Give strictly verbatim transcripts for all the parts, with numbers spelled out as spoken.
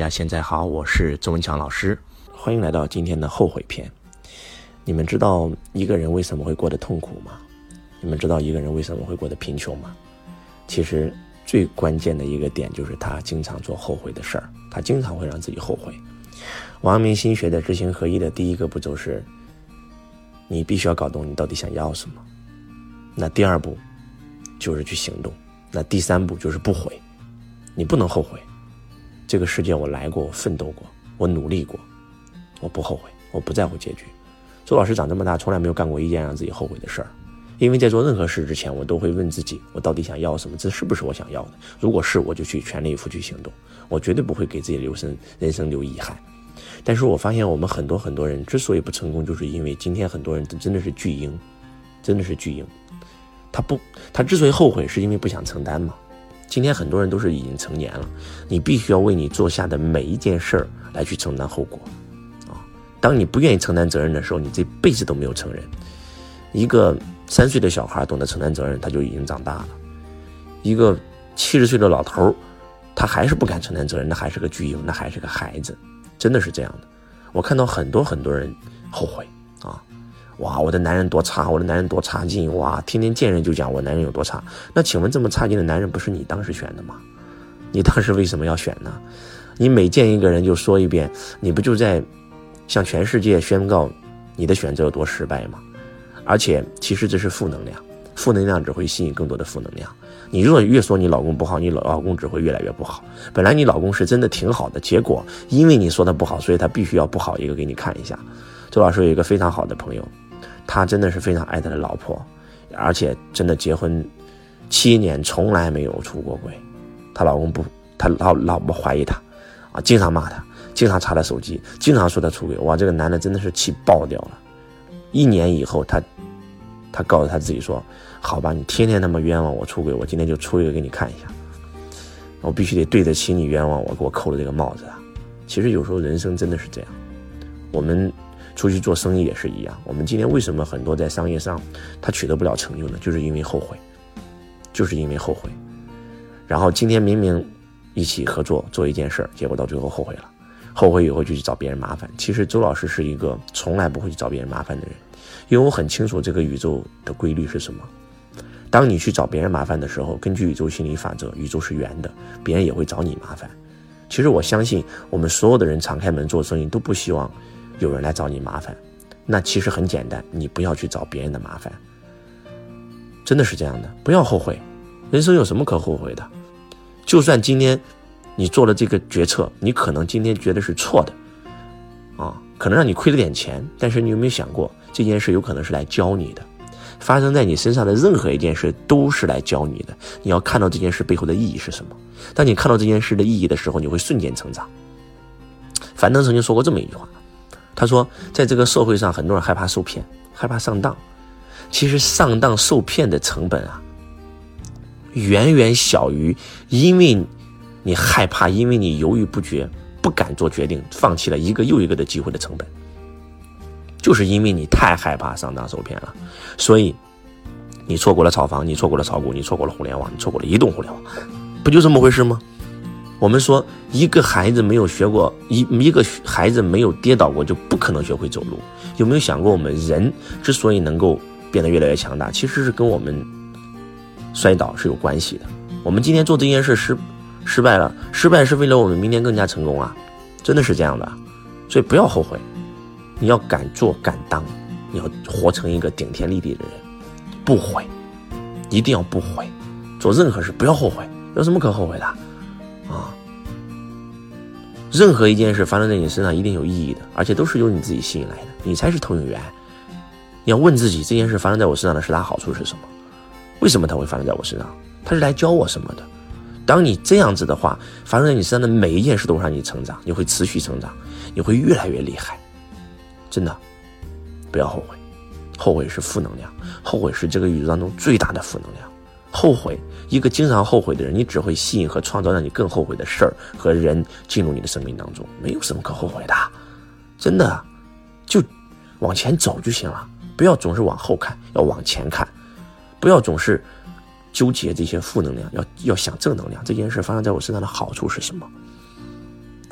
大家现在好，我是周文强老师，欢迎来到今天的后悔篇。你们知道一个人为什么会过得痛苦吗？你们知道一个人为什么会过得贫穷吗？其实最关键的一个点就是他经常做后悔的事儿，他经常会让自己后悔。王阳明心学的知行合一的第一个步骤是，你必须要搞懂你到底想要什么。那第二步就是去行动，那第三步就是不悔。你不能后悔，这个世界我来过，我奋斗过，我努力过，我不后悔，我不在乎结局。周老师长这么大从来没有干过一件让自己后悔的事儿，因为在做任何事之前我都会问自己，我到底想要什么，这是不是我想要的，如果是我就去全力以赴去行动，我绝对不会给自己留生人生留遗憾。但是我发现我们很多很多人之所以不成功，就是因为今天很多人真的是巨婴，真的是巨婴，他不他之所以后悔是因为不想承担嘛。今天很多人都是已经成年了，你必须要为你做下的每一件事儿来去承担后果啊！当你不愿意承担责任的时候，你这辈子都没有成人。一个三岁的小孩懂得承担责任，他就已经长大了；一个七十岁的老头，他还是不敢承担责任，那还是个巨婴，那还是个孩子，真的是这样的。我看到很多很多人后悔啊！哇，我的男人多差，我的男人多差劲，哇，天天见人就讲我男人有多差。那请问这么差劲的男人不是你当时选的吗？你当时为什么要选呢？你每见一个人就说一遍，你不就在向全世界宣告你的选择有多失败吗？而且其实这是负能量，负能量只会吸引更多的负能量。你如果越说你老公不好，你老公只会越来越不好。本来你老公是真的挺好的，结果因为你说他不好，所以他必须要不好一个给你看一下。周老师有一个非常好的朋友，他真的是非常爱他的老婆，而且真的结婚七年从来没有出过轨。他老公不，他老老婆怀疑他啊，经常骂他，经常查他手机，经常说他出轨。哇，这个男的真的是气爆掉了。一年以后，他他告诉他自己说，好吧，你天天那么冤枉我出轨，我今天就出一个给你看一下，我必须得对得起你冤枉我，给我扣了这个帽子啊。其实有时候人生真的是这样，我们出去做生意也是一样。我们今天为什么很多在商业上他取得不了成就呢？就是因为后悔，就是因为后悔。然后今天明明一起合作做一件事，结果到最后后悔了，后悔以后就去找别人麻烦。其实周老师是一个从来不会去找别人麻烦的人，因为我很清楚这个宇宙的规律是什么。当你去找别人麻烦的时候，根据宇宙心理法则，宇宙是圆的，别人也会找你麻烦。其实我相信我们所有的人敞开门做生意都不希望有人来找你麻烦，那其实很简单，你不要去找别人的麻烦，真的是这样的。不要后悔，人生有什么可后悔的？就算今天你做了这个决策，你可能今天觉得是错的啊，可能让你亏了点钱，但是你有没有想过，这件事有可能是来教你的？发生在你身上的任何一件事都是来教你的，你要看到这件事背后的意义是什么。当你看到这件事的意义的时候，你会瞬间成长。樊登曾经说过这么一句话，他说在这个社会上很多人害怕受骗，害怕上当，其实上当受骗的成本啊远远小于因为你害怕，因为你犹豫不决，不敢做决定，放弃了一个又一个的机会的成本。就是因为你太害怕上当受骗了，所以你错过了炒房，你错过了炒股，你错过了互联网，你错过了移动互联网，不就这么回事吗？我们说一个孩子没有学过一一个孩子没有跌倒过，就不可能学会走路。有没有想过，我们人之所以能够变得越来越强大，其实是跟我们摔倒是有关系的。我们今天做这件事失失败了，失败是为了我们明天更加成功啊，真的是这样的。所以不要后悔，你要敢做敢当，你要活成一个顶天立地的人，不悔，一定要不悔。做任何事不要后悔，有什么可后悔的啊？任何一件事发生在你身上一定有意义的，而且都是由你自己吸引来的，你才是投影源。你要问自己，这件事发生在我身上的十大好处是什么？为什么它会发生在我身上？它是来教我什么的？当你这样子的话，发生在你身上的每一件事都会让你成长，你会持续成长，你会越来越厉害。真的，不要后悔，后悔是负能量，后悔是这个宇宙当中最大的负能量。后悔，一个经常后悔的人，你只会吸引和创造让你更后悔的事儿和人进入你的生命当中，没有什么可后悔的，真的，就往前走就行了，不要总是往后看，要往前看，不要总是纠结这些负能量，要要想正能量。这件事发生在我身上的好处是什么？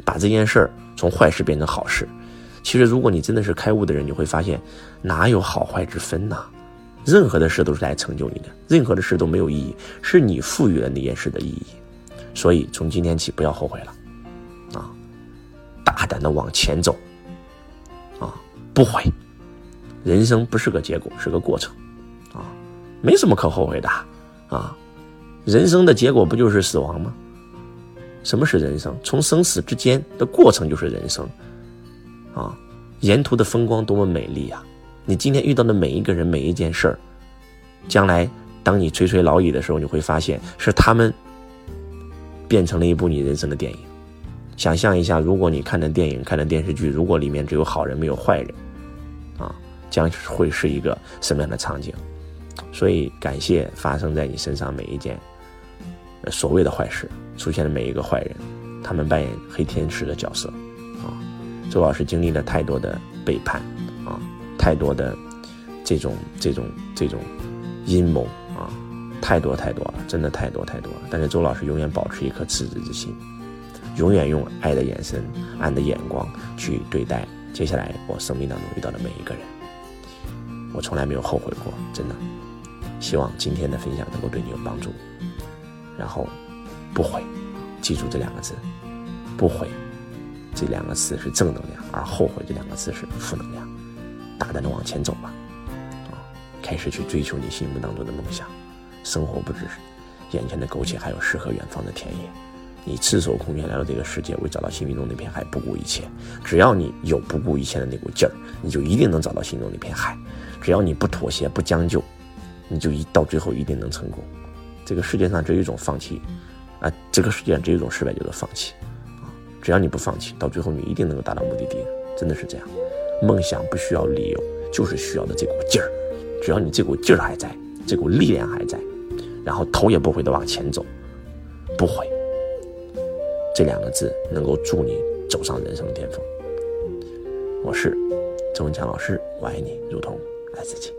把这件事儿从坏事变成好事。其实如果你真的是开悟的人，你会发现哪有好坏之分呢？任何的事都是来成就你的，任何的事都没有意义，是你赋予了那件事的意义。所以从今天起不要后悔了啊，大胆的往前走啊，不悔。人生不是个结果，是个过程啊，没什么可后悔的啊。人生的结果不就是死亡吗？什么是人生？从生死之间的过程就是人生啊。沿途的风光多么美丽啊！你今天遇到的每一个人，每一件事儿，将来当你垂垂老矣的时候，你会发现是他们变成了一部你人生的电影。想象一下，如果你看的电影、看的电视剧，如果里面只有好人没有坏人啊，将会是一个什么样的场景？所以感谢发生在你身上每一件所谓的坏事，出现的每一个坏人，他们扮演黑天使的角色啊。周老师经历了太多的背叛啊，太多的这种这种这种阴谋啊，太多太多了，真的太多太多了。但是周老师永远保持一颗赤子之心，永远用爱的眼神、爱的眼光去对待接下来我生命当中遇到的每一个人。我从来没有后悔过，真的。希望今天的分享能够对你有帮助。然后不悔，记住这两个字，不悔这两个字是正能量，而后悔这两个字是负能量。大胆的往前走吧，啊，开始去追求你心目当中的梦想。生活不只是眼前的苟且，还有诗和远方的田野。你赤手空拳来到这个世界，为找到心中那片海不顾一切。只要你有不顾一切的那股劲儿，你就一定能找到心中那片海。只要你不妥协不将就，你就一到最后一定能成功。这个世界上只有一种放弃啊，这个世界上只有一种失败，叫做放弃啊。只要你不放弃，到最后你一定能够达到目的地，真的是这样。梦想不需要理由，就是需要的这股劲儿。只要你这股劲儿还在，这股力量还在，然后头也不回的往前走，不悔，这两个字能够助你走上人生巅峰。我是周文强老师，我爱你如同爱自己。